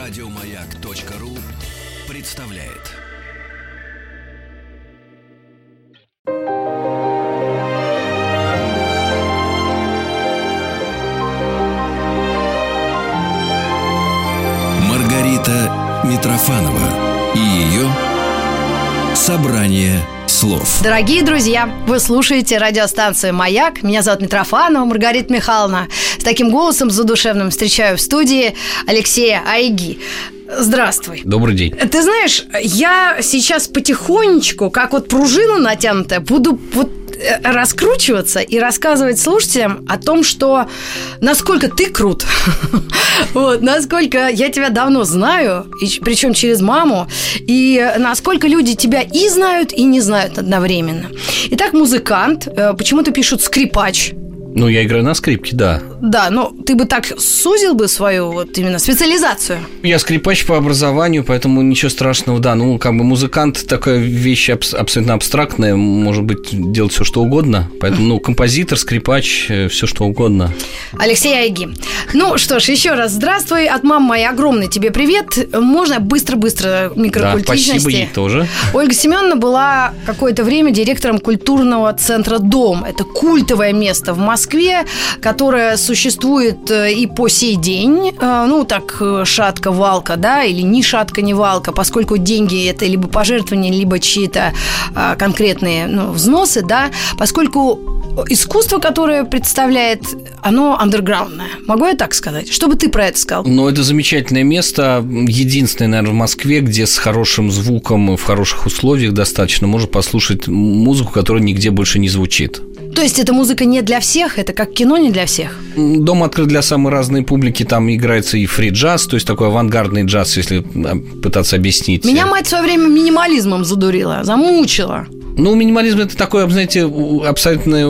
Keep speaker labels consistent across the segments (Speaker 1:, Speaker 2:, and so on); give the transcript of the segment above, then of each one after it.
Speaker 1: Радиомаяк.ру представляет. Маргарита Митрофанова и ее собрание слов.
Speaker 2: Дорогие друзья, вы слушаете радиостанцию «Маяк». Меня зовут Митрофанова Маргарита Михайловна. С таким голосом задушевным встречаю в студии Алексея Айги. Здравствуй.
Speaker 3: Добрый день.
Speaker 2: Ты знаешь, я сейчас потихонечку, как вот пружина натянутая, буду раскручиваться и рассказывать слушателям о том, что насколько ты крут, насколько я тебя давно знаю, причем через маму, и насколько люди тебя и знают, и не знают одновременно. Итак, музыкант, почему-то пишут скрипач.
Speaker 3: Ну, я играю на скрипке, да. Да,
Speaker 2: но ты бы так сузил бы свою вот именно специализацию.
Speaker 3: Я скрипач по образованию, поэтому ничего страшного, да. Ну, как бы музыкант такая вещь абсолютно абстрактная, может быть, делать все что угодно. Поэтому, композитор, скрипач, все что угодно.
Speaker 2: Алексей Айги. Ну что ж, еще раз здравствуй. От мамы моей огромный тебе привет. Можно быстро-быстро микрокультичности?
Speaker 3: Да, спасибо ей тоже.
Speaker 2: Ольга Семеновна была какое-то время директором культурного центра «Дом». Это культовое место в Москве, которое существует и по сей день. Ну, так, шатка-валка, да, или ни шатка, ни валка, поскольку деньги – это либо пожертвования, либо чьи-то конкретные взносы, да, поскольку искусство, которое представляет, оно андерграундное. Могу я так сказать? Что бы ты про это сказал?
Speaker 3: Ну, это замечательное место, единственное, наверное, в Москве, где с хорошим звуком, в хороших условиях достаточно можно послушать музыку, которая нигде больше не звучит.
Speaker 2: То есть эта музыка не для всех, это как кино не для всех?
Speaker 3: Дом открыт для самой разной публики, там играется и фри-джаз, то есть такой авангардный джаз, если пытаться объяснить.
Speaker 2: Меня мать в свое время минимализмом задурила, замучила.
Speaker 3: Ну, минимализм – это такой, знаете, абсолютно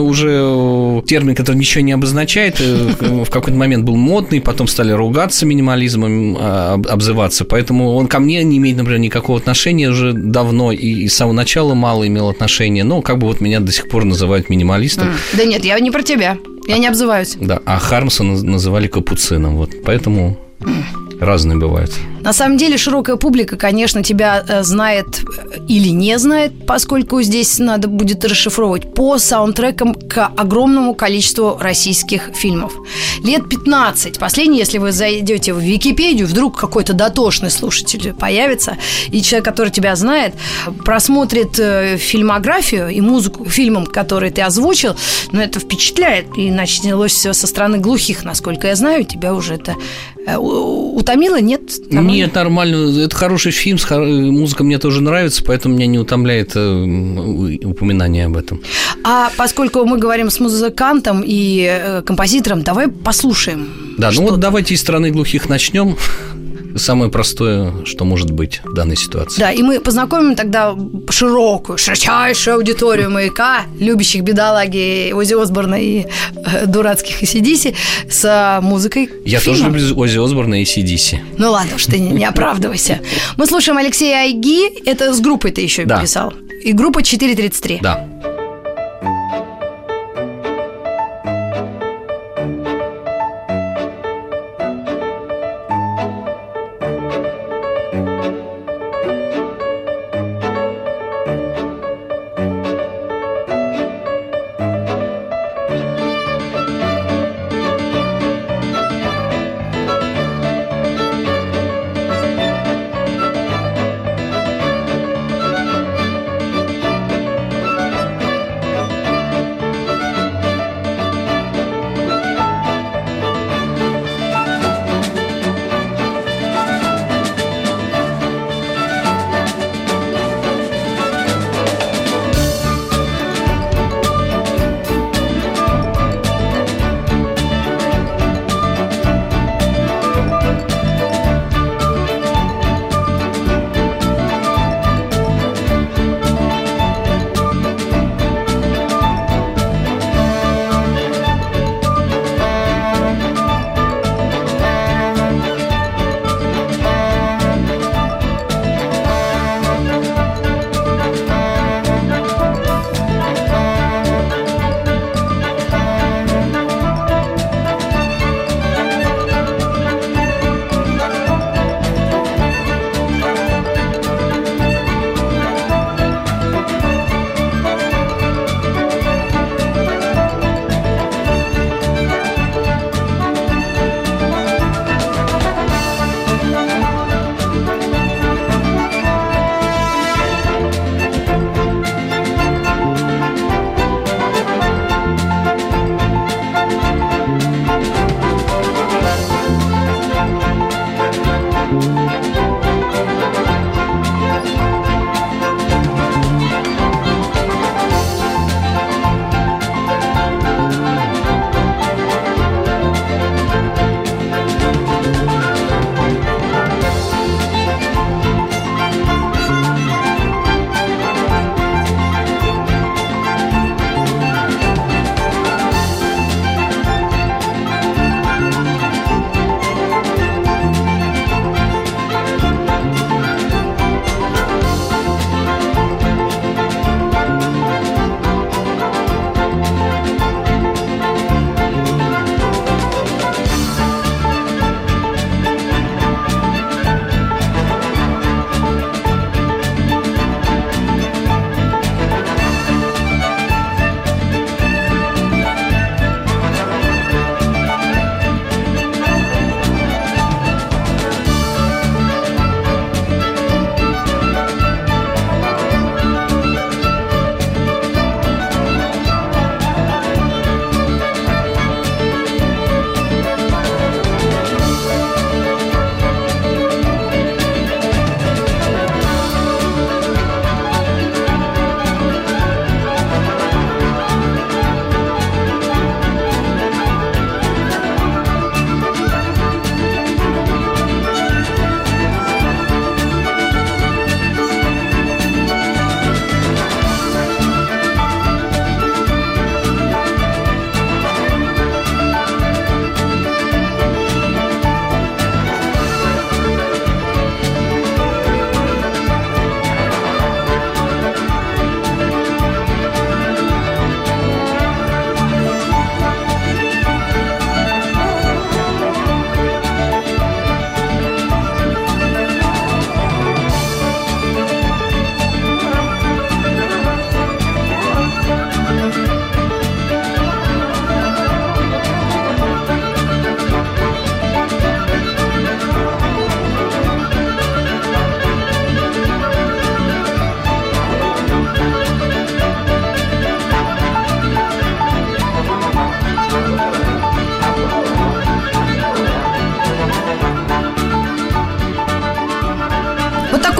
Speaker 3: уже термин, который ничего не обозначает. В какой-то момент был модный, потом стали ругаться минимализмом, обзываться. Поэтому он ко мне не имеет, например, никакого отношения уже давно, и с самого начала мало имел отношения. Но как бы вот меня до сих пор называют минималистом.
Speaker 2: Да нет, я не про тебя, я не обзываюсь.
Speaker 3: Да, а Хармса называли капуцином, вот, поэтому... Разные бывают.
Speaker 2: На самом деле широкая публика, конечно, тебя знает или не знает, поскольку здесь надо будет расшифровывать по саундтрекам к огромному количеству российских фильмов. Лет 15. Последний, если вы зайдете в Википедию, вдруг какой-то дотошный слушатель появится, и человек, который тебя знает, просмотрит фильмографию и музыку фильмам, которые ты озвучил, но это впечатляет. И началось все со стороны глухих, насколько я знаю, тебя уже это утомило, нет?
Speaker 3: Нормально? Нет, нормально. Это хороший фильм, музыка мне тоже нравится, поэтому меня не утомляет упоминание об этом.
Speaker 2: А поскольку мы говорим с музыкантом и композитором, давай послушаем.
Speaker 3: Да, ну вот давайте из «Страны глухих» начнем. Самое простое, что может быть в данной ситуации.
Speaker 2: Да, и мы познакомим тогда широчайшую аудиторию «Маяка», любящих бедолаги Оззи Осборна и дурацких AC/DC с музыкой.
Speaker 3: Я тоже люблю Оззи Осборна и AC/DC.
Speaker 2: Ну ладно уж, ты не оправдывайся. Мы слушаем Алексея Айги. Это с группой ты еще писал. И группа 433.
Speaker 3: Да.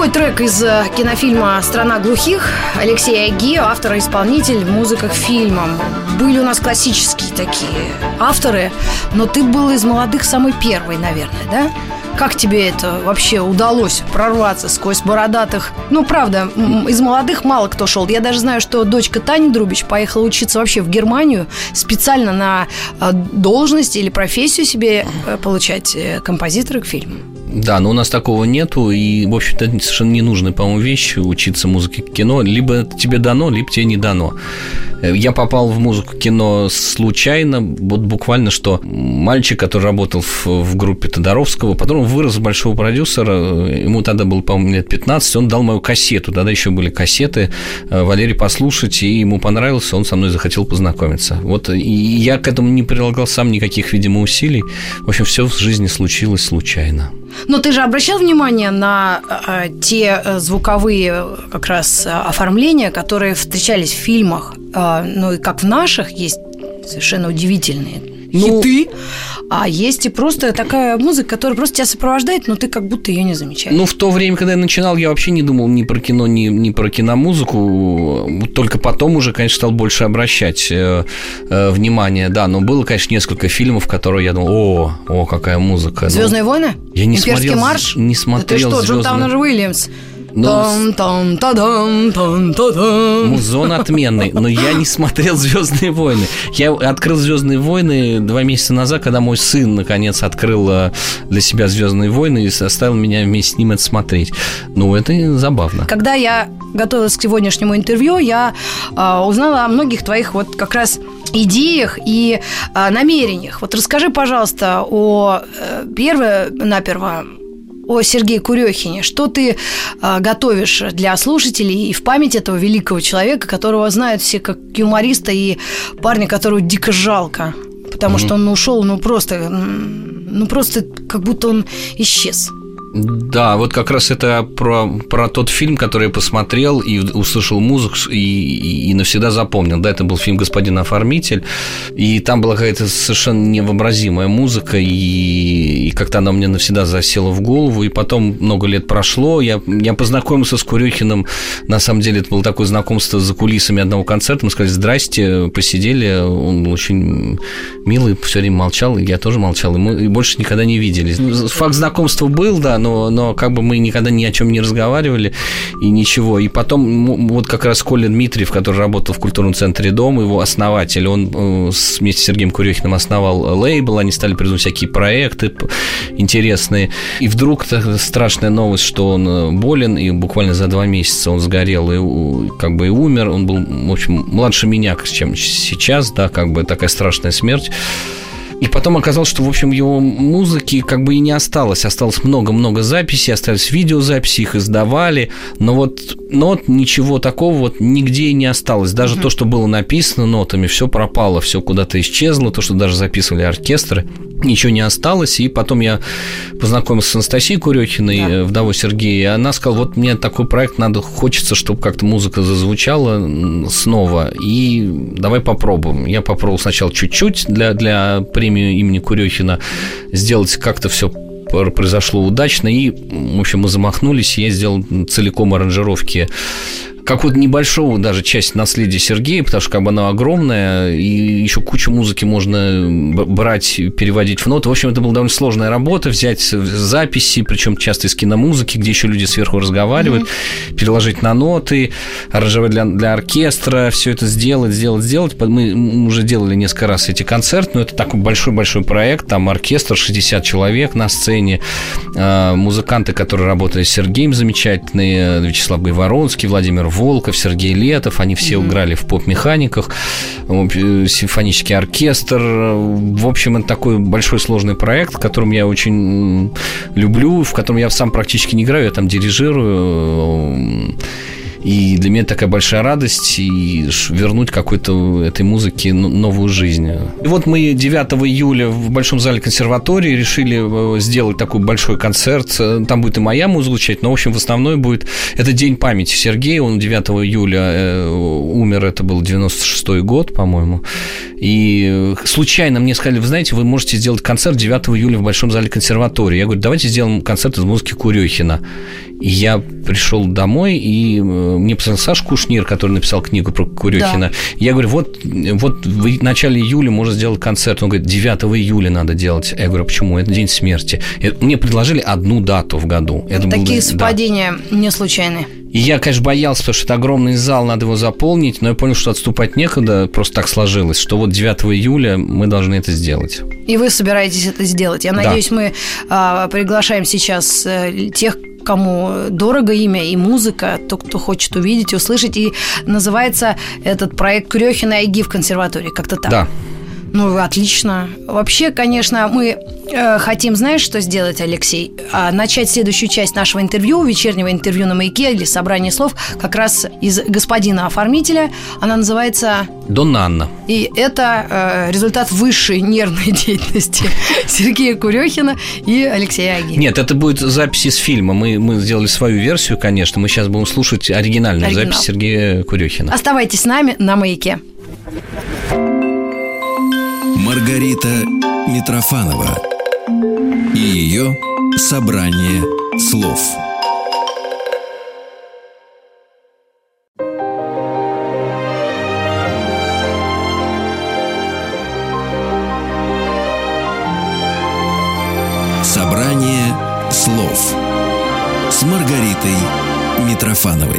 Speaker 2: Такой трек из кинофильма «Страна глухих». Алексей Айги, автор и исполнитель музыки к фильмам. Были у нас классические такие авторы, но ты был из молодых самый первый, наверное, да? Как тебе это вообще удалось прорваться сквозь бородатых? Ну, правда, из молодых мало кто шел. Я даже знаю, что дочка Тани Друбич поехала учиться вообще в Германию специально на должность или профессию себе получать композитора к фильму.
Speaker 3: Да, но у нас такого нету, и, в общем-то, совершенно ненужная, по-моему, вещь учиться музыке к кино. Либо тебе дано, либо тебе не дано. Я попал в музыку кино случайно, вот буквально, что мальчик, который работал в группе Тодоровского, потом он вырос в большого продюсера, ему тогда было, по-моему, лет 15, он дал мою кассету, тогда еще были кассеты, Валерий, послушать, и ему понравилось, он со мной захотел познакомиться. Вот, и я к этому не прилагал сам никаких, видимо, усилий. В общем, все в жизни случилось случайно.
Speaker 2: Но ты же обращал внимание на те звуковые как раз оформления, которые встречались в фильмах, ну и как в наших есть совершенно удивительные хиты, а есть и просто такая музыка, которая просто тебя сопровождает, но ты как будто ее не замечаешь.
Speaker 3: Ну, в то время, когда я начинал, я вообще не думал ни про кино, ни про киномузыку. Только потом уже, конечно, стал больше обращать внимание. Да, но было, конечно, несколько фильмов, которые я думал, о, какая музыка.
Speaker 2: «Звездные войны»?
Speaker 3: Я не
Speaker 2: «Имперский
Speaker 3: смотрел,
Speaker 2: марш»?
Speaker 3: не смотрел.
Speaker 2: Это что, Джон Таунер Уильямс?
Speaker 3: Музон отменный, но я не смотрел «Звездные войны». Я открыл «Звездные войны» 2 месяца назад, когда мой сын наконец открыл для себя «Звездные войны» и заставил меня вместе с ним это смотреть. Ну, это забавно.
Speaker 2: Когда я готовилась к сегодняшнему интервью, я узнала о многих твоих вот как раз идеях и намерениях. Вот расскажи, пожалуйста, перво-наперво о Сергее Курехине. Что ты готовишь для слушателей и в память этого великого человека, которого знают все как юмориста и парня, которого дико жалко, потому что он ушел, просто как будто он исчез.
Speaker 3: Да, вот как раз это про тот фильм, который я посмотрел и услышал музыку и навсегда запомнил. Да, это был фильм «Господин оформитель», и там была какая-то совершенно невообразимая музыка, и как-то она мне навсегда засела в голову, и потом много лет прошло, я познакомился с Курехиным, на самом деле это было такое знакомство за кулисами одного концерта, мы сказали «здрасте», посидели, он был очень милый, все время молчал, и я тоже молчал, и мы больше никогда не виделись. Факт знакомства был, да, но как бы мы никогда ни о чем не разговаривали и ничего. И потом вот как раз Коля Дмитриев, который работал в культурном центре «Дом», его основатель, он вместе с Сергеем Курехиным основал лейбл, они стали придумывать всякие проекты интересные. И вдруг страшная новость, что он болен, и буквально за 2 месяца он сгорел и как бы и умер. Он был, в общем, младше меня, чем сейчас, да, как бы такая страшная смерть. И потом оказалось, что, в общем, его музыки как бы и не осталось. Осталось много-много записей, остались видеозаписи, их издавали. Но вот нот, ничего такого вот нигде и не осталось. Даже то, что было написано нотами, все пропало, все куда-то исчезло. То, что даже записывали оркестры, ничего не осталось. И потом я познакомился с Анастасией Курехиной, вдовой Сергея, и она сказала, вот мне такой проект надо, хочется, чтобы как-то музыка зазвучала снова, и давай попробуем. Я попробовал сначала чуть-чуть для премии имени Курехина сделать как-то все произошло удачно, и, в общем, мы замахнулись, я сделал целиком аранжировки какую-то небольшую даже часть наследия Сергея, потому что как бы она огромная, и еще кучу музыки можно брать, переводить в ноты. В общем, это была довольно сложная работа, взять записи, причем часто из киномузыки, где еще люди сверху разговаривают, переложить на ноты, аранжировать для оркестра, все это сделать. Мы уже делали несколько раз эти концерты, но это такой большой-большой проект, там оркестр, 60 человек на сцене, музыканты, которые работали с Сергеем, замечательные, Вячеслав Гайворонский, Владимир Волков, Сергей Летов, они все играли в поп-механиках, симфонический оркестр. В общем, это такой большой сложный проект, которым я очень люблю, в котором я сам практически не играю, я там дирижирую. И для меня такая большая радость и вернуть какой-то этой музыке новую жизнь. И вот мы 9 июля в Большом зале консерватории решили сделать такой большой концерт. Там будет и моя музыка звучать, но, в общем, в основном будет... Это день памяти Сергея. Он 9 июля умер, это был 96-й год, по-моему. И случайно мне сказали, вы знаете, вы можете сделать концерт 9 июля в Большом зале консерватории. Я говорю, давайте сделаем концерт из музыки Курехина. И я пришел домой, и мне позвонил Саша Кушнир, который написал книгу про Курехина. Да. Я говорю, вот в начале июля можно сделать концерт. Он говорит, 9 июля надо делать. Я говорю, почему? Это день смерти. Мне предложили одну дату в году.
Speaker 2: Такие совпадения не случайные.
Speaker 3: И я, конечно, боялся, потому что это огромный зал, надо его заполнить, но я понял, что отступать некуда, просто так сложилось, что вот 9 июля мы должны это сделать.
Speaker 2: И вы собираетесь это сделать. Я надеюсь, мы приглашаем сейчас тех, кому дорого имя и музыка, тот, кто хочет увидеть, услышать. И называется этот проект «Курехина Айги» в консерватории, как-то так.
Speaker 3: Да.
Speaker 2: Ну, отлично. Вообще, конечно, мы хотим, знаешь, что сделать, Алексей? Начать следующую часть нашего интервью, вечернего интервью на «Маяке» или собрания слов как раз из господина оформителя. Она называется...
Speaker 3: Донна Анна.
Speaker 2: И это результат высшей нервной деятельности Сергея Курехина и Алексея Айги.
Speaker 3: Нет, это будет запись из фильма. Мы сделали свою версию, конечно. Мы сейчас будем слушать оригинальную запись Сергея Курехина.
Speaker 2: Оставайтесь с нами на «Маяке».
Speaker 1: Маргарита Митрофанова и ее собрание слов. Собрание слов с Маргаритой Митрофановой.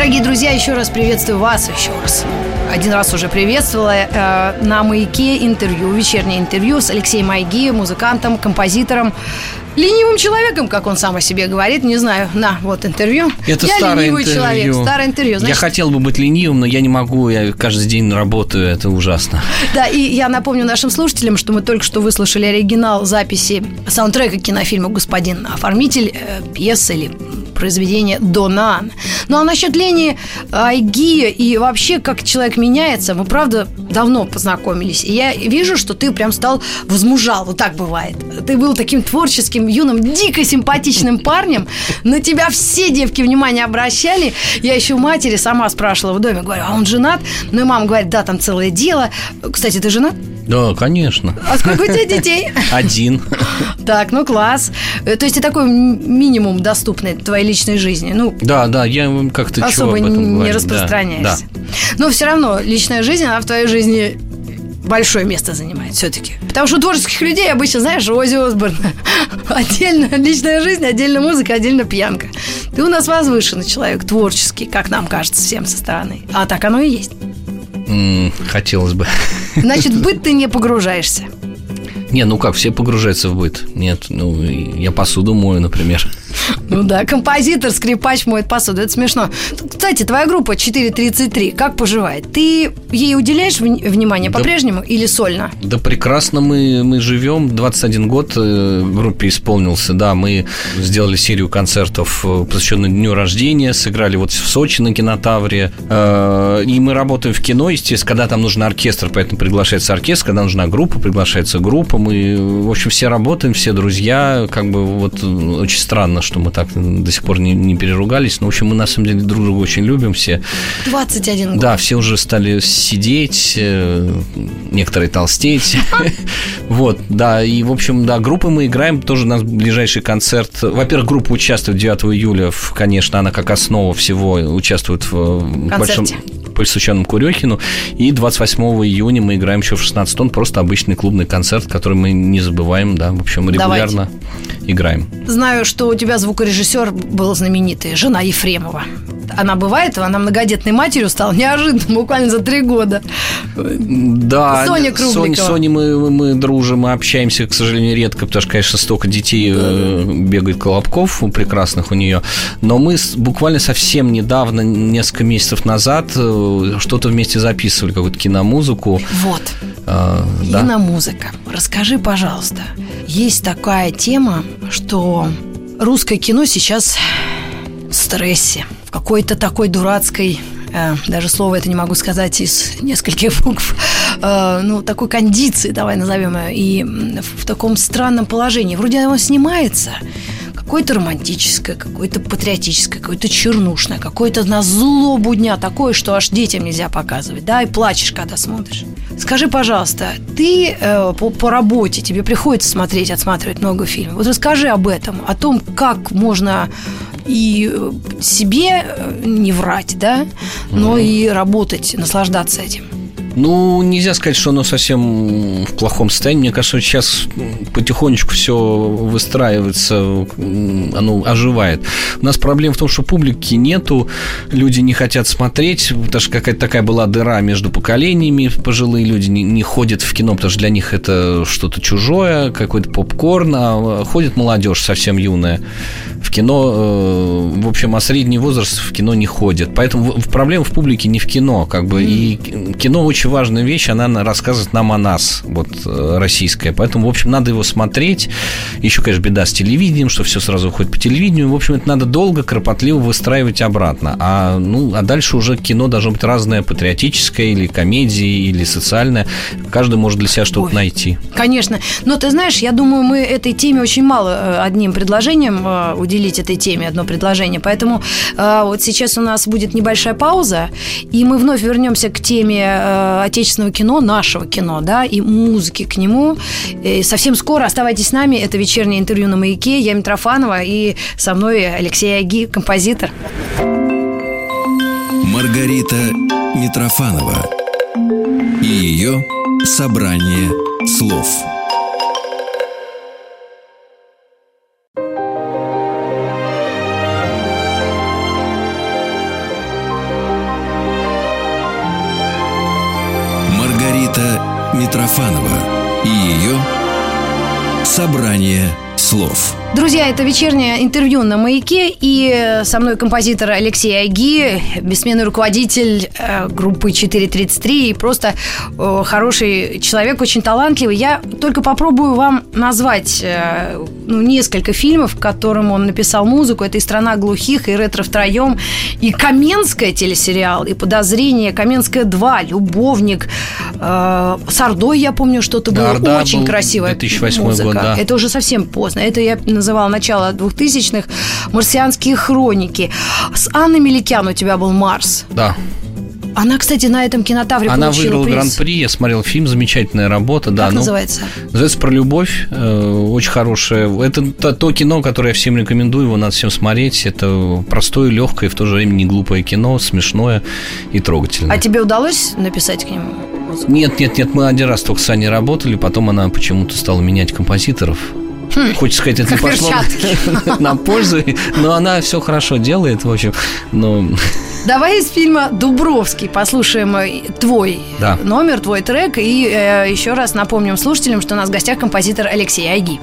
Speaker 2: Дорогие друзья, еще раз приветствую вас, еще раз. Один раз уже приветствовала на «Маяке» интервью, вечернее интервью с Алексеем Айги, музыкантом, композитором, ленивым человеком, как он сам о себе говорит. Не знаю, вот интервью.
Speaker 3: Это
Speaker 2: я
Speaker 3: старое
Speaker 2: ленивый
Speaker 3: интервью.
Speaker 2: Человек, старое интервью. Значит,
Speaker 3: я хотел бы быть ленивым, но я не могу, я каждый день работаю, это ужасно.
Speaker 2: Да, и я напомню нашим слушателям, что мы только что выслушали оригинал записи саундтрека кинофильма «Господин оформитель», пьесы или произведение Донан. Ну а насчет Лени Айги и вообще, как человек меняется, мы, правда, давно познакомились. И я вижу, что ты прям стал возмужал. Вот так бывает. Ты был таким творческим, юным, дико симпатичным парнем. На тебя все девки внимание обращали. Я еще у матери сама спрашивала в доме. Говорю, а он женат? Ну и мама говорит, да, там целое дело. Кстати, ты женат?
Speaker 3: Да, конечно.
Speaker 2: А сколько у тебя детей?
Speaker 3: 1.
Speaker 2: Так, ну класс. То есть ты такой минимум доступный твоей личной жизни. Ну,
Speaker 3: да, я как-то
Speaker 2: особо
Speaker 3: об этом
Speaker 2: не
Speaker 3: говорю.
Speaker 2: распространяешься.
Speaker 3: Да.
Speaker 2: Но все равно личная жизнь, она в твоей жизни большое место занимает все-таки. Потому что у творческих людей обычно, знаешь, Оззи Осборн. Отдельно личная жизнь, отдельно музыка, отдельно пьянка. Ты у нас возвышенный человек, творческий, как нам кажется всем со стороны. А так оно и есть.
Speaker 3: Хотелось бы.
Speaker 2: Значит, в быт ты не погружаешься.
Speaker 3: Не, ну как, все погружаются в быт. Нет, ну я посуду мою, например.
Speaker 2: Ну да, композитор, скрипач моет посуду. Это смешно. Кстати, твоя группа 433 как поживает? Ты ей уделяешь внимание по-прежнему или сольно?
Speaker 3: Да прекрасно мы живем. 21 год группе исполнился. Да, мы сделали серию концертов, посвященных дню рождения. Сыграли вот в Сочи на Кинотавре. И мы работаем в кино, естественно, когда там нужен оркестр, поэтому приглашается оркестр. Когда нужна группа, приглашается группа. Мы, в общем, все работаем, все друзья. Как бы вот очень странно, что мы так до сих пор не переругались. Но, в общем, мы на самом деле друг друга очень любим все.
Speaker 2: 21 год.
Speaker 3: Да, все уже стали сидеть, некоторые толстеть. Вот, да, и, в общем, да, группы мы играем. Тоже у нас ближайший концерт. Во-первых, группа участвует 9 июля, конечно, она как основа всего участвует в большом, посвященном Курехину. И 28 июня мы играем еще в 16 тонн. Просто обычный клубный концерт, который мы не забываем, да, в общем, регулярно играем.
Speaker 2: Знаю, что у тебя звукорежиссер был знаменитый, жена Ефремова. Она бывает, она многодетной матерью стала неожиданно, буквально за 3 года.
Speaker 3: Да,
Speaker 2: Соня Кругликова.
Speaker 3: Соней мы дружим, мы общаемся, к сожалению, редко, потому что, конечно, столько детей бегает колобков прекрасных у нее. Но мы буквально совсем недавно, несколько месяцев назад, что-то вместе записывали, какую-то киномузыку.
Speaker 2: Вот, киномузыка. Расскажи, пожалуйста, есть такая тема, что русское кино сейчас в стрессе, в какой-то такой дурацкой, даже слово это не могу сказать из нескольких букв, такой кондиции, давай назовем ее, и в таком странном положении. Вроде оно снимается, какое-то романтическое, какое-то патриотическое, какое-то чернушное, какое-то на злобу дня такое, что аж детям нельзя показывать, да, и плачешь, когда смотришь. Скажи, пожалуйста, ты по работе, тебе приходится отсматривать много фильмов. Вот расскажи об этом, о том, как можно и себе не врать, да, но и работать, наслаждаться этим.
Speaker 3: Ну, нельзя сказать, что оно совсем в плохом состоянии. Мне кажется, сейчас потихонечку все выстраивается, оно оживает. У нас проблема в том, что публики нету, люди не хотят смотреть, потому что какая-то такая была дыра между поколениями. Пожилые люди не ходят в кино, потому что для них это что-то чужое, какой-то попкорн, а ходит молодежь совсем юная в кино. В общем, а средний возраст в кино не ходит. Поэтому проблема в публике не в кино, как бы. И кино очень важная вещь, она рассказывает нам о нас, вот, российская. Поэтому, в общем, надо его смотреть. Еще, конечно, беда с телевидением, что все сразу уходит по телевидению. В общем, это надо долго, кропотливо выстраивать обратно. А дальше уже кино должно быть разное, патриотическое, или комедии, или социальное. Каждый может для себя что-то найти.
Speaker 2: Конечно. Но ты знаешь, я думаю, мы этой теме очень мало одним предложением уделить этой теме, одно предложение. Поэтому вот сейчас у нас будет небольшая пауза, и мы вновь вернемся к теме отечественного кино, нашего кино, да, и музыки к нему. И совсем скоро оставайтесь с нами. Это вечернее интервью на «Маяке». Я Митрофанова, и со мной Алексей Айги, композитор.
Speaker 1: Маргарита Митрофанова и ее собрание слов. Митрофанова и ее собрание слов.
Speaker 2: Друзья, это вечернее интервью на «Маяке», и со мной композитор Алексей Айги, бессменный руководитель группы 433, и просто хороший человек, очень талантливый. Я только попробую вам назвать несколько фильмов, к которым он написал музыку. Это «И страна глухих», и «Ретро втроем», и «Каменская» телесериал, и «Подозрение», «Каменская 2», «Любовник», с «Ордой», я помню, что-то было очень красивое.
Speaker 3: 2008
Speaker 2: музыка.
Speaker 3: Год, да.
Speaker 2: Это уже совсем поздно. Это я называла начало 2000-х. «Марсианские хроники». С Анной Меликян у тебя был «Марс».
Speaker 3: Да.
Speaker 2: Она, кстати, на этом кинотавре
Speaker 3: она
Speaker 2: получила
Speaker 3: выиграла
Speaker 2: приз.
Speaker 3: Гран-при, я смотрел фильм, замечательная работа.
Speaker 2: Как называется?
Speaker 3: Называется «Про любовь», очень хорошее. Это то кино, которое я всем рекомендую, его надо всем смотреть. Это простое, легкое, и в то же время не глупое кино, смешное и трогательное.
Speaker 2: А тебе удалось написать к нему музыку?
Speaker 3: Нет, мы один раз только с Аней работали, потом она почему-то стала менять композиторов. Хочется сказать, это не пошло на пользу, но она все хорошо делает, в общем.
Speaker 2: Давай из фильма «Дубровский» послушаем твой номер, твой трек, и еще раз напомним слушателям, что у нас в гостях композитор Алексей Айги.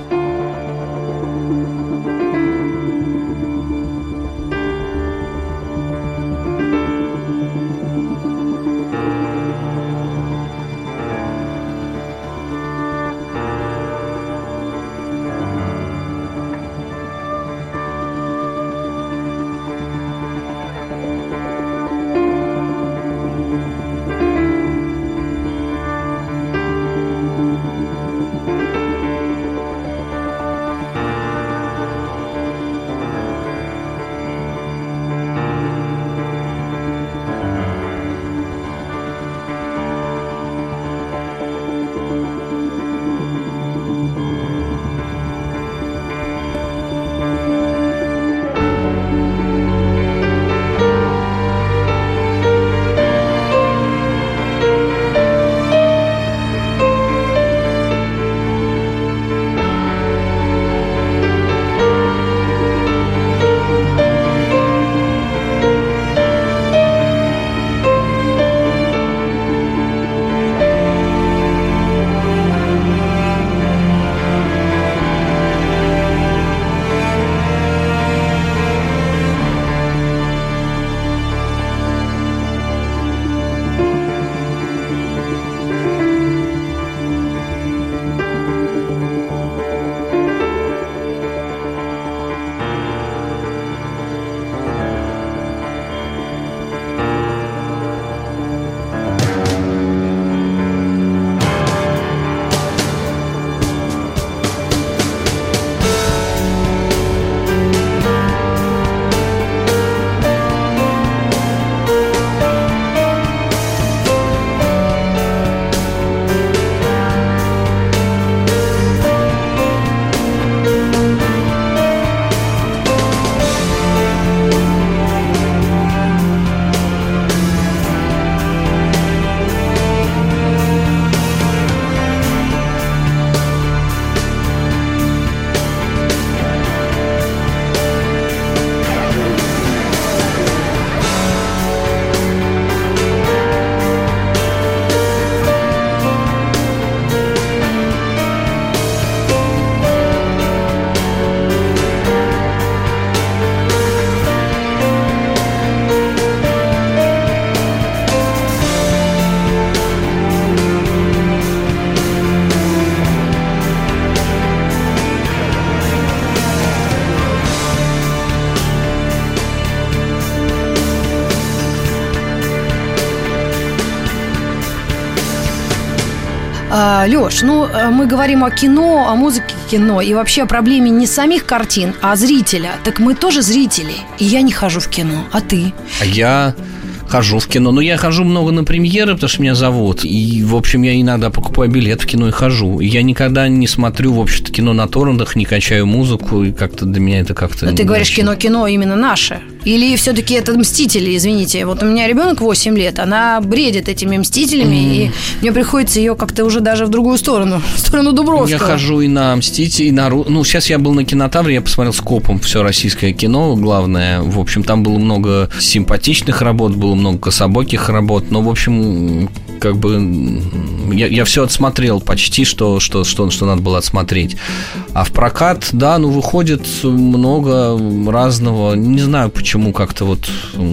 Speaker 2: Лёш, мы говорим о кино, о музыке кино и вообще о проблеме не самих картин, а зрителя. Так мы тоже зрители, и я не хожу в кино, а ты?
Speaker 3: А я хожу в кино. Но я хожу много на премьеры, потому что меня зовут. И, в общем, я иногда покупаю билет в кино и хожу. И я никогда не смотрю, в общем-то, кино на торрентах, не качаю музыку. И как-то для меня это как-то...
Speaker 2: Но ты говоришь, кино именно наше. Или все-таки это «Мстители», извините. Вот у меня ребенок 8 лет, она бредит этими «Мстителями», и мне приходится ее как-то уже даже в другую сторону, в сторону Дубровского.
Speaker 3: Я хожу и на «Мстители», и на... сейчас я был на кинотавре, я посмотрел скопом все российское кино, главное. В общем, там было много симпатичных работ, было много кособоких работ. Но, в общем, как бы я все отсмотрел почти, что надо было отсмотреть. А в прокат, да, выходит много разного. Не знаю, почему как-то вот...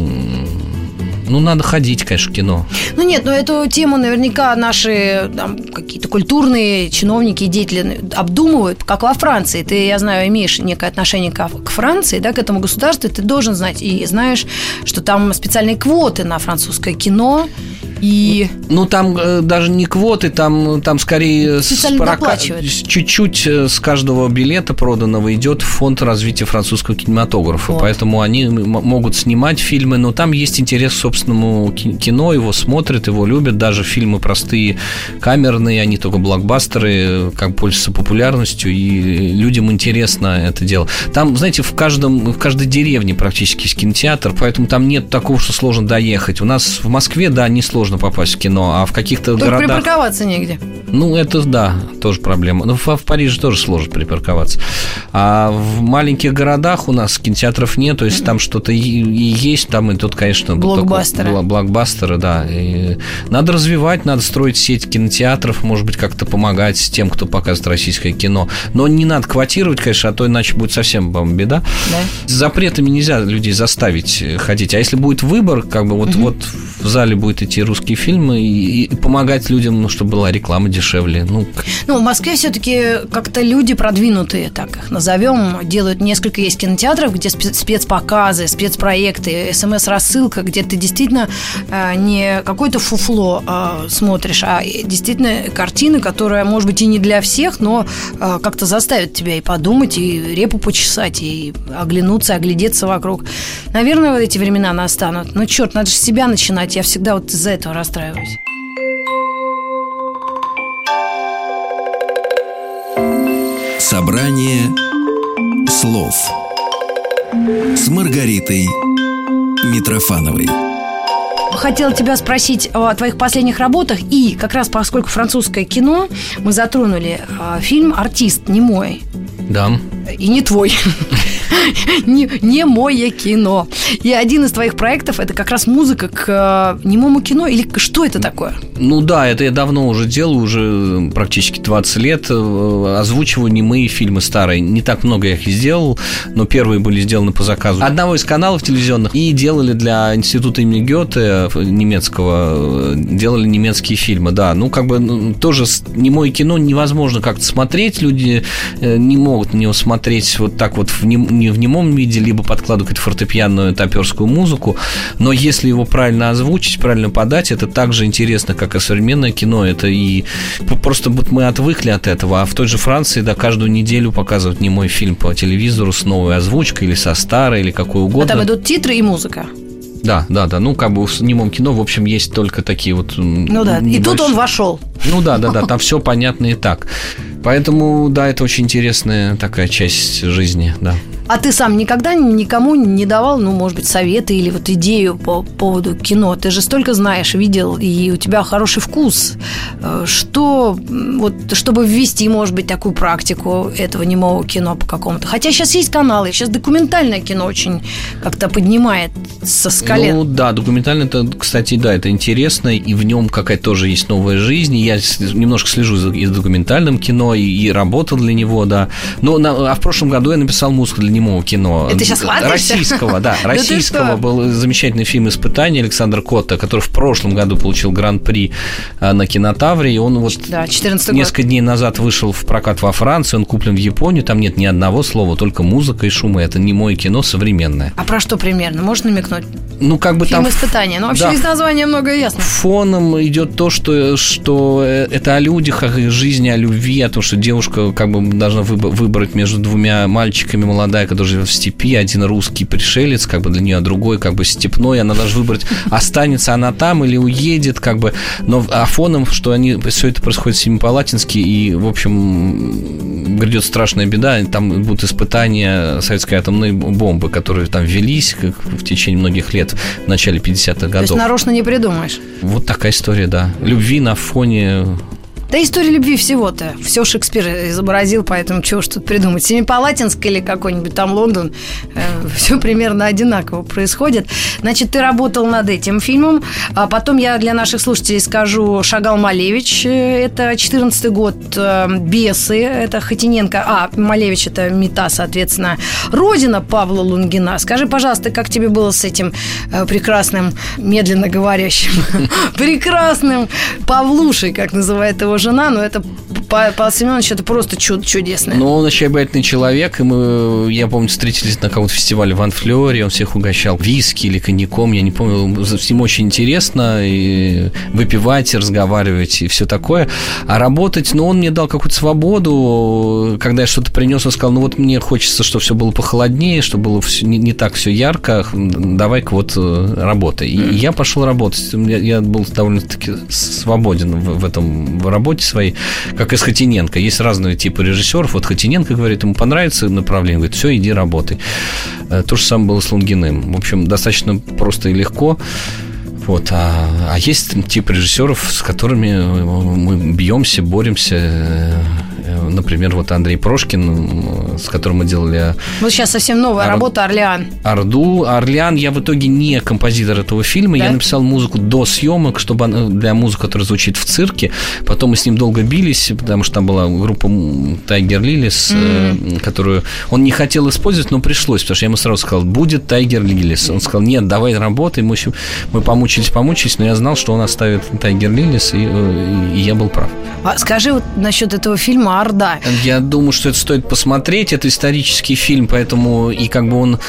Speaker 3: надо ходить, конечно, в кино.
Speaker 2: Нет, эту тему наверняка наши какие-то культурные чиновники и деятели обдумывают, как во Франции. Ты, я знаю, имеешь некое отношение к Франции, да, к этому государству, ты должен знать. И знаешь, что там специальные квоты на французское кино. И...
Speaker 3: там даже не квоты, там скорее чуть-чуть с каждого билета проданного идет в фонд развития французского кинематографа. Поэтому они могут снимать фильмы, но там есть интерес к собственному кино, его смотрят, его любят. Даже фильмы простые, камерные, они только блокбастеры, как пользуются популярностью, и людям интересно это дело. Там, знаете, в каждой деревне практически есть кинотеатр, поэтому там нет такого, что сложно доехать. У нас в Москве, да, не сложно попасть в кино, а в каких-то городах...
Speaker 2: припарковаться негде.
Speaker 3: Это, да, тоже проблема. В Париже тоже сложно припарковаться. А в маленьких городах у нас кинотеатров нет, то есть там что-то и есть, там и тут, конечно... Блокбастеры, да. И надо развивать, надо строить сеть кинотеатров, может быть, как-то помогать тем, кто показывает российское кино. Но не надо квотировать, конечно, а то иначе будет совсем беда. Да. С запретами нельзя людей заставить ходить. А если будет выбор, как бы вот в зале будет идти русские фильмы и помогать людям, чтобы была реклама дешевле.
Speaker 2: В Москве все-таки как-то люди продвинутые, так их назовем, делают несколько есть кинотеатров, где спецпоказы, спецпроекты, СМС-рассылка, где ты действительно не какое-то фуфло смотришь, а действительно картины, которая, может быть, и не для всех, но как-то заставит тебя и подумать, и репу почесать, и оглянуться, оглядеться вокруг. Наверное, эти времена настанут. Черт, надо же с себя начинать. Я всегда вот из-за этого расстраиваюсь.
Speaker 1: Собрание слов с Маргаритой Митрофановой.
Speaker 2: Хотела тебя спросить о твоих последних работах. И как раз поскольку французское кино, мы затронули фильм «Артист» немой.
Speaker 3: Да.
Speaker 2: И не твой. Не мое кино. И один из твоих проектов — это как раз музыка к немому кино. Или что это такое?
Speaker 3: Да, это я давно уже делаю, уже практически 20 лет. Озвучиваю немые фильмы старые. Не так много я их сделал, но первые были сделаны по заказу одного из каналов телевизионных. И делали для института имени Гёте немецкого, делали немецкие фильмы, да. Тоже немое кино невозможно как-то смотреть. Люди не могут на него смотреть вот так вот не в немом виде, либо подкладывать какую-то фортепианную топерскую музыку. Но если его правильно озвучить, правильно подать, это так же интересно, как и современное кино. Это и просто мы отвыкли от этого. А в той же Франции, да, каждую неделю показывают немой фильм по телевизору с новой озвучкой или со старой, или какой угодно.
Speaker 2: А там идут титры и музыка.
Speaker 3: Да. В немом кино, в общем, есть только такие вот...
Speaker 2: И тут он вошел.
Speaker 3: Да, там все понятно и так. Поэтому, да, это очень интересная такая часть жизни, да.
Speaker 2: А ты сам никогда никому не давал, может быть, советы или вот идею по поводу кино? Ты же столько знаешь, видел, и у тебя хороший вкус. Что, чтобы ввести, может быть, такую практику этого немого кино по какому-то? Хотя сейчас есть каналы, сейчас документальное кино очень как-то поднимает со колен.
Speaker 3: Да, документальное, это, кстати, да, это интересно, и в нем какая-то тоже есть новая жизнь. Я немножко слежу за документальным кино и работал для него, да. А в прошлом году я написал музыку для немого кино.
Speaker 2: Это сейчас хватаешься?
Speaker 3: Российского, да. Российского. Был замечательный фильм «Испытание» Александра Котта, который в прошлом году получил гран-при на Кинотавре. И он
Speaker 2: 14
Speaker 3: несколько дней назад вышел в прокат во Франции. Он куплен в Японии. Там нет ни одного слова, только музыка и шумы. Это немое кино современное.
Speaker 2: А про что примерно? Можно намекнуть?
Speaker 3: Фильм
Speaker 2: там... «Испытание». Вообще из названия многое ясно.
Speaker 3: Фоном идет то, что это о людях, о их жизни, о любви, о том, что девушка должна выбрать между двумя мальчиками молодая, которая живет в степи, один русский пришелец, для нее, а другой степной, она должна выбрать, останется она там или уедет, но фоном, что все это происходит в Семипалатинске, и, в общем, грядет страшная беда, там будут испытания советской атомной бомбы, которые там велись в течение многих лет, в начале 50-х годов.
Speaker 2: То есть нарочно не придумаешь?
Speaker 3: Вот такая история, да. Любви на фоне
Speaker 2: Да история любви всего-то. Все Шекспир изобразил, поэтому чего ж тут придумать. Семипалатинск или какой-нибудь там Лондон, все примерно одинаково происходит. Значит, ты работал над этим фильмом. А потом я для наших слушателей скажу «Шагал Малевич». Это 14-й год. «Бесы». Это Хотиненко. Малевич – это «Мета», соответственно. «Родина» Павла Лунгина. Скажи, пожалуйста, как тебе было с этим прекрасным, медленно говорящим, прекрасным Павлушей, как называет его жена, но это Павел Семенович, это просто чудо чудесное.
Speaker 3: Ну, он очень обаятельный человек, и мы, я помню, встретились на каком-то фестивале в Анфлёре, он всех угощал виски или коньяком, я не помню, с ним очень интересно и выпивать, и разговаривать, и все такое. А работать, он мне дал какую-то свободу, когда я что-то принес, он сказал, вот мне хочется, чтобы все было похолоднее, чтобы было не так все ярко, давай-ка вот работай. И я пошел работать, я был довольно-таки свободен в работе своей, как и с Хотиненко. Есть разные типы режиссеров. Вот Хотиненко говорит, ему понравится направление, говорит, все, иди работай. То же самое было с Лунгиным. В общем, достаточно просто и легко. Вот. А есть тип режиссеров, с которыми мы бьемся, боремся. Например, вот Андрей Прошкин, с которым мы делали...
Speaker 2: Вот сейчас совсем новая работа «Орлеан».
Speaker 3: «Орлеан». Я в итоге не композитор этого фильма. Да? Я написал музыку до съемок, чтобы для музыки, которая звучит в цирке. Потом мы с ним долго бились, потому что там была группа Tiger Lilies, которую он не хотел использовать, но пришлось, потому что я ему сразу сказал, будет Tiger Lilies. Он сказал, нет, давай работай. Мы помучились, но я знал, что он оставит Tiger Lilies, и я был прав.
Speaker 2: Скажи вот насчет этого фильма «Орда».
Speaker 3: Я думаю, что это стоит посмотреть. Это исторический фильм, поэтому и как бы он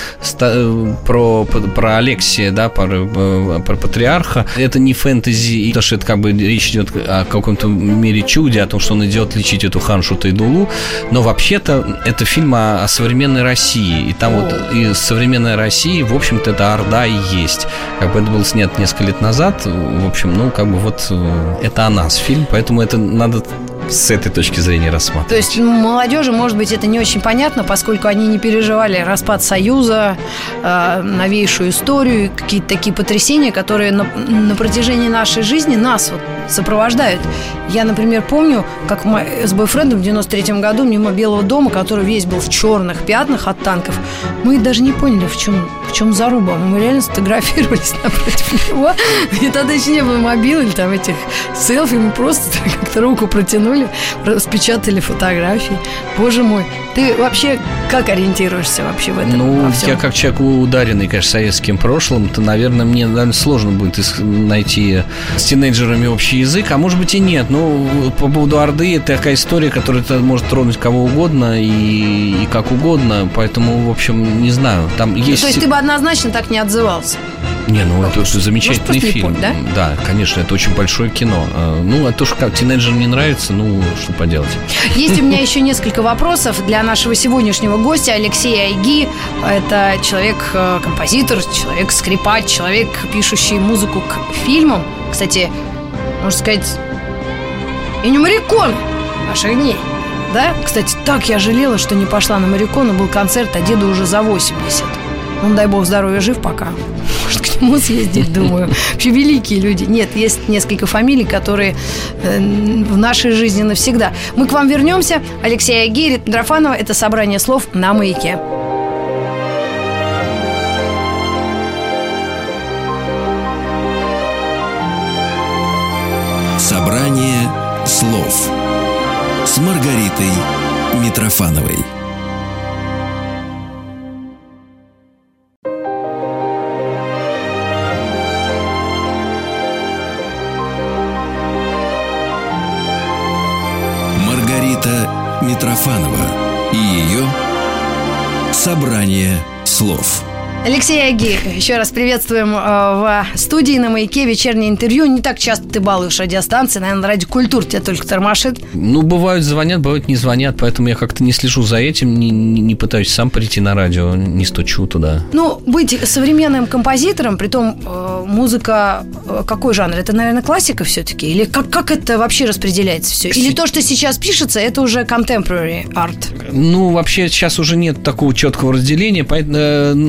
Speaker 3: про Алексия, да, про патриарха. Это не фэнтези, потому что это как бы речь идет о каком-то мире чуде, о том, что он идет лечить эту ханшу Тайдулу. Но вообще-то это фильм о современной России. И там вот и современная Россия, в общем-то, это Орда и есть. Как бы это было снято несколько лет назад. В общем, как бы вот это о нас фильм, поэтому это надо с этой точки зрения рассматривать.
Speaker 2: То есть молодежи, может быть, это не очень понятно, поскольку они не переживали распад Союза, новейшую историю, какие-то такие потрясения, которые на протяжении нашей жизни нас вот сопровождают. Я, например, помню, как мы с бойфрендом в 93-м году мимо Белого дома, который весь был в черных пятнах от танков, мы даже не поняли, в чем заруба. Мы реально сфотографировались напротив него. И тогда еще не было мобил или там этих селфи. Мы просто как-то руку протянули, распечатали фотографии. Боже мой, ты вообще как ориентируешься вообще в этом?
Speaker 3: Я как человек ударенный, конечно, советским прошлым, то, наверное, мне сложно будет найти с тинейджерами общий язык, а может быть и нет. По поводу Орды, это такая история, которая может тронуть кого угодно и как угодно, поэтому, в общем, не знаю. Там есть...
Speaker 2: То есть ты бы однозначно так не отзывался?
Speaker 3: Это уже замечательный фильм.
Speaker 2: Да?
Speaker 3: Да, конечно, это очень большое кино. А то, что как тинейджерам не нравится, что поделать.
Speaker 2: Есть у меня еще несколько вопросов для нашего сегодняшнего гостя Алексея Айги. Это человек-композитор, человек-скрипач, человек, пишущий музыку к фильмам. Кстати, можно сказать, Эннио Морриконе наших дней. Да? Кстати, так я жалела, что не пошла на Морриконе. Был концерт, а деду уже за 80. Дай бог здоровья, жив пока. Может, к нему съездить, думаю. Вообще великие люди. Нет, есть несколько фамилий, которые в нашей жизни навсегда. Мы к вам вернемся. Алексей Айги, Рита Митрофанова. Это «Собрание слов» на Маяке.
Speaker 1: «Собрание слов» с Маргаритой Митрофановой. Маргарита Митрофанова и ее «Собрание слов».
Speaker 2: Алексей Айги, еще раз приветствуем в студии на Маяке. Вечернее интервью. Не так часто ты балуешь радиостанции. Наверное, Радио Культур тебя только тормошит.
Speaker 3: Бывают звонят, бывают не звонят. Поэтому я как-то не слежу за этим. Не пытаюсь сам прийти на радио. Не стучу туда.
Speaker 2: Быть современным композитором, притом музыка, какой жанр? Это, наверное, классика все-таки? Или как это вообще распределяется все? Или то, что сейчас пишется, это уже contemporary art?
Speaker 3: Вообще сейчас уже нет такого четкого разделения. Если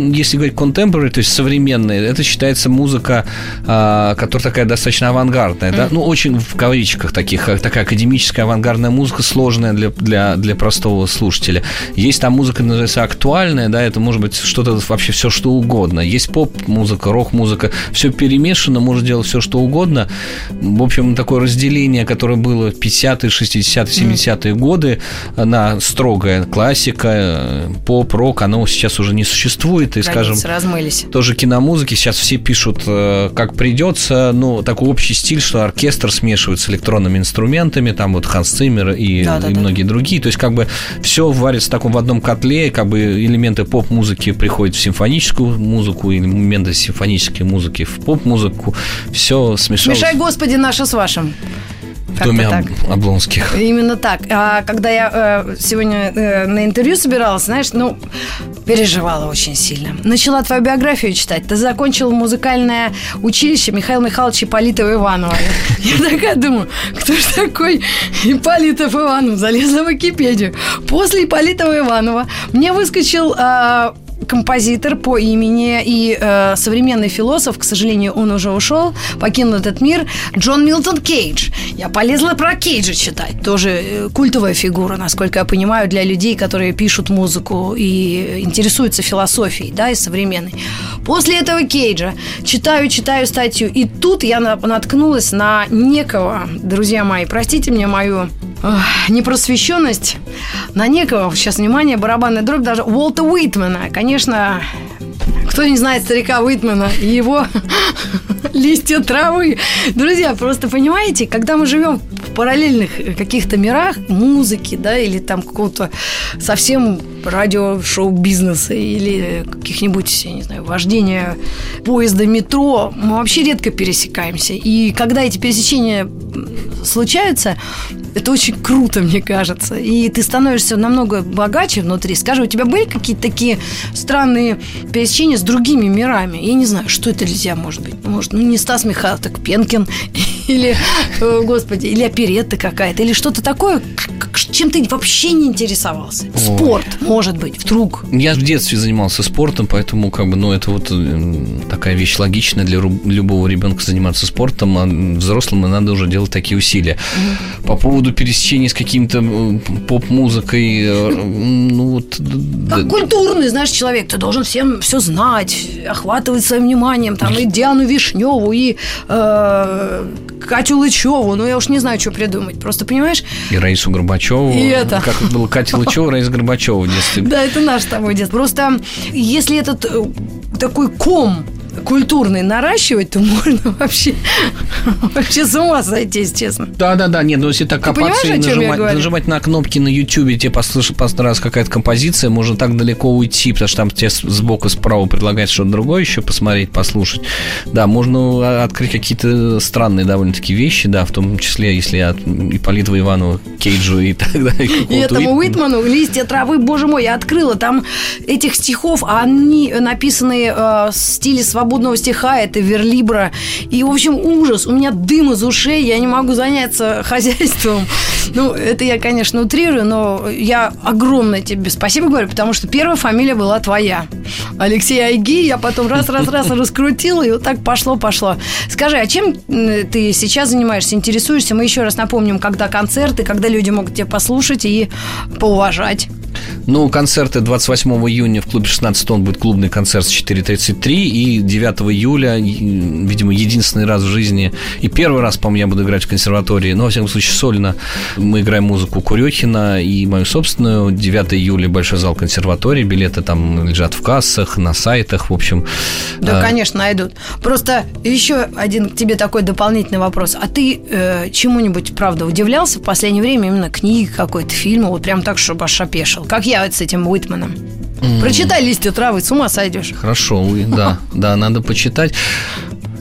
Speaker 3: говорить contemporary, то есть современная, это считается музыка, которая такая достаточно авангардная, да, ну, очень в кавычках таких, такая академическая авангардная музыка, сложная для простого слушателя. Есть там музыка, называется актуальная, да, это может быть что-то вообще все что угодно. Есть поп-музыка, рок-музыка, все перемешано, можно делать все что угодно. В общем, такое разделение, которое было в 50-е, 60-е, 70-е годы на строгая классика, поп, рок, оно сейчас уже не существует. И, скажем,
Speaker 2: размылись.
Speaker 3: Тоже киномузыки сейчас все пишут как придется, ну, такой общий стиль, что оркестр смешивает с электронными инструментами, там вот Ханс Циммер и многие другие. То есть как бы все варится в таком в одном котле, как бы элементы поп-музыки приходят в симфоническую музыку, элементы симфонической музыки в поп-музыку. Все смешалось.
Speaker 2: Смешай, Господи, наше с вашим.
Speaker 3: В доме Облонских.
Speaker 2: Именно так. А когда я сегодня на интервью собиралась, знаешь, ну, переживала очень сильно. Начала твою биографию читать. Ты закончила музыкальное училище Михаила Михайловича Ипполитова-Иванова. Я такая думаю, кто же такой Ипполитов Иванов? Залезла в Википедию. После Ипполитова-Иванова мне выскочил композитор по имени и современный философ, к сожалению, он уже ушел, покинул этот мир, Джон Милтон Кейдж. Я полезла про Кейджа читать. Тоже культовая фигура, насколько я понимаю, для людей, которые пишут музыку и интересуются философией, да, и современной. После этого Кейджа читаю статью, и тут я наткнулась на некого, друзья мои, простите мне мою непросвещенность, на некого, сейчас, внимание, барабанная дробь, даже Уолта Уитмена. Конечно, кто не знает старика Уитмена и его «Листья травы». Друзья, просто понимаете, когда мы живем в параллельных каких-то мирах музыки, да, или там какого-то совсем радиошоу-бизнеса или каких-нибудь, я не знаю, вождения поезда, метро, мы вообще редко пересекаемся. И когда эти пересечения случаются, это очень круто, мне кажется. И ты становишься намного богаче внутри. Скажи, у тебя были какие-то такие странные пересечения с другими мирами? Я не знаю, что это для тебя может быть. Может, ну, не Стас Михайлов, так Пенкин. Или, господи, или оперетта какая-то. Или что-то такое, чем ты вообще не интересовался. Спорт, может быть, вдруг.
Speaker 3: Я в детстве занимался спортом, поэтому, как бы, ну, это вот такая вещь логичная для любого ребенка заниматься спортом, а взрослым надо уже делать такие усилия. По поводу пересечения с каким-то поп-музыкой, ну вот...
Speaker 2: Как культурный, знаешь, человек, ты должен всем все знать, охватывать своим вниманием, там, и Диану Вишневу, и Катю Лычеву, ну, я уж не знаю, что придумать, просто, понимаешь?
Speaker 3: И Раису Горбачеву.
Speaker 2: И это.
Speaker 3: Как это было, Катя Лычева, Раиса Горбачева в детстве.
Speaker 2: Да, это наш с тобой детство. Просто если этот такой ком культурный наращивать, то можно вообще с ума сойти, если честно.
Speaker 3: Да, нет, но если так копаться и нажимать на кнопки на Ютубе, тебе раз какая-то композиция, можно так далеко уйти, потому что там тебе сбоку, справа предлагают что-то другое еще посмотреть, послушать. Да, можно открыть какие-то странные довольно-таки вещи, да, в том числе, если от Ипполитова Иванова, Кейджу и так далее.
Speaker 2: И этому Уитману «Листья травы», боже мой, я открыла, там этих стихов, они написаны в стиле свободного стиха, это верлибра. И, в общем, ужас. У меня дым из ушей, я не могу заняться хозяйством. Ну, это я, конечно, утрирую, но я огромное тебе спасибо говорю, потому что первая фамилия была твоя. Алексей Айги, я потом раз раскрутила, и вот так пошло. Скажи, а чем ты сейчас занимаешься, интересуешься? Мы еще раз напомним, когда концерты, когда люди могут тебя послушать и поуважать.
Speaker 3: Ну, концерты 28 июня в клубе 16 тонн будет клубный концерт с 4:33, и 9 июля, видимо, единственный раз в жизни, и первый раз, по-моему, я буду играть в консерватории, но, во всяком случае, сольно мы играем музыку Курехина и мою собственную. 9 июля Большой зал консерватории, билеты там лежат в кассах, на сайтах, в общем.
Speaker 2: Да, конечно, найдут. Просто еще один к тебе такой дополнительный вопрос. А ты чему-нибудь, правда, удивлялся в последнее время, именно книги какой-то, фильма, вот прям так, чтобы аж опешил? Как я с этим Уитманом. Прочитай «Листья травы», с ума сойдешь.
Speaker 3: Хорошо, да, надо почитать.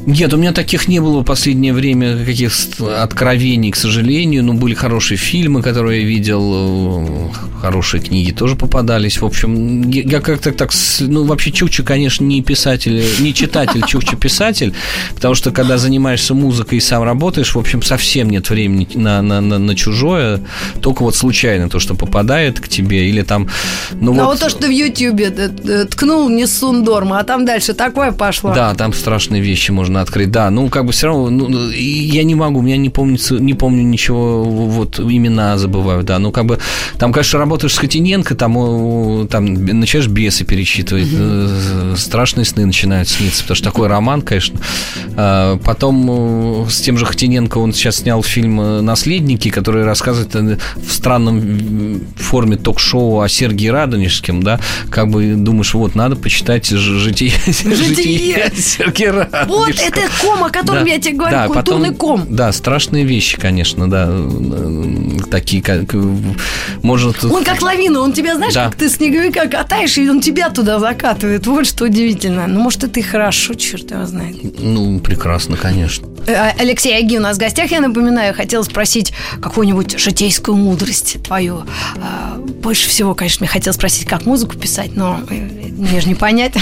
Speaker 3: Нет, у меня таких не было в последнее время, каких-то откровений, к сожалению. Ну, были хорошие фильмы, которые я видел, хорошие книги тоже попадались. В общем, я как-то так... Ну, вообще, Чукча, конечно, не писатель, не читатель, Чукча писатель, потому что, когда занимаешься музыкой и сам работаешь, в общем, совсем нет времени на чужое, только вот случайно то, что попадает к тебе, или там... Ну,
Speaker 2: вот то, что в Ютьюбе ткнул Несун Дорма, а там дальше такое пошло.
Speaker 3: Да, там страшные вещи можно открыть. Да, ну, как бы все равно, я не могу, у меня не помню ничего, вот имена забываю, да. Ну, как бы, там, конечно, работаешь с Хотиненко, там начинаешь бесы перечитывать, страшные сны начинают сниться, потому что такой роман, конечно. Потом с тем же Хотиненко он сейчас снял фильм «Наследники», который рассказывает в странном форме ток-шоу о Сергии Радонежском, да, как бы думаешь, вот, надо почитать житие Сергия Радонежского.
Speaker 2: Вот это ком, о котором я тебе говорю, да, культурный ком.
Speaker 3: Да, страшные вещи, конечно, да, такие, как может...
Speaker 2: Он как лавина, он тебя, знаешь, как ты снеговика катаешь, и он тебя туда закатывает. Вот что удивительно. Ну, может, это и хорошо, черт его знает.
Speaker 3: Ну, прекрасно, конечно.
Speaker 2: Алексей Айги у нас в гостях, я напоминаю. Хотела спросить какую-нибудь житейскую мудрость твою. Больше всего, конечно, мне хотелось спросить, как музыку писать, но мне же не понять.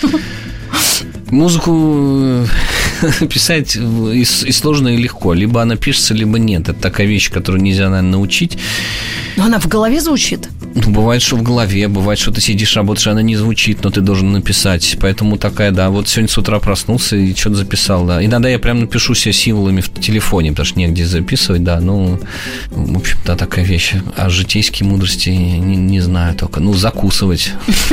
Speaker 3: Музыку писать и сложно, и легко. Либо она пишется, либо нет. Это такая вещь, которую нельзя, наверное, научить.
Speaker 2: Но она в голове звучит.
Speaker 3: Ну, бывает, что в голове, бывает, что ты сидишь, работаешь, она не звучит, но ты должен написать. Поэтому такая, да, вот сегодня с утра проснулся и что-то записал, да. Иногда я прям напишу себе символами в телефоне, потому что негде записывать, да. Ну, в общем, да, такая вещь. А житейские мудрости не знаю только. Ну, закусывать.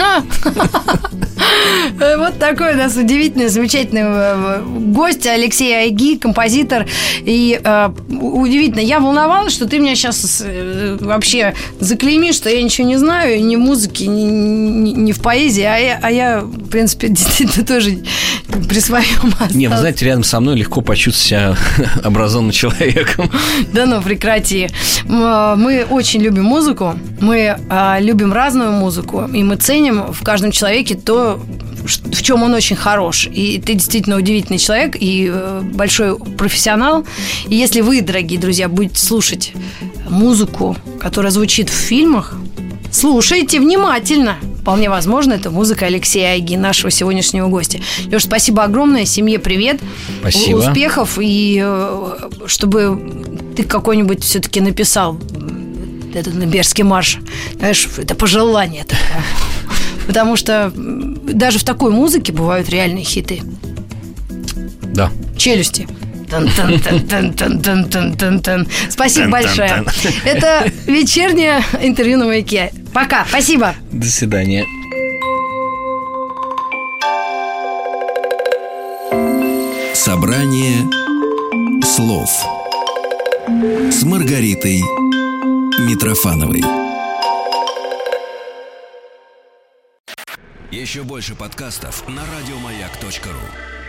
Speaker 2: Вот такой у нас удивительный, замечательный гость Алексей Айги, композитор. И удивительно, я волновалась, что ты меня сейчас вообще заклеймишь, что я ничего не знаю, ни в музыке, ни в поэзии, а я, в принципе, действительно тоже при своем остался.
Speaker 3: Не, вы знаете, рядом со мной легко почувствовать себя образованным человеком.
Speaker 2: Да ну, прекрати. Мы очень любим музыку, мы любим разную музыку, и мы ценим в каждом человеке то, в чем он очень хорош. И ты действительно удивительный человек и большой профессионал. И если вы, дорогие друзья, будете слушать музыку, которая звучит в фильмах, слушайте внимательно. Вполне возможно, это музыка Алексея Айги, нашего сегодняшнего гостя. Леш, спасибо огромное, семье привет.
Speaker 3: Спасибо.
Speaker 2: Успехов, и чтобы ты какой-нибудь все-таки написал этот Берский марш. Знаешь, это пожелание такое. Потому что даже в такой музыке бывают реальные хиты.
Speaker 3: Да.
Speaker 2: «Челюсти». Спасибо большое. Это вечернее интервью на Маяке. Пока, спасибо.
Speaker 3: До свидания.
Speaker 1: Собрание слов с Маргаритой Митрофановой. Еще больше подкастов на радиомаяк.ру.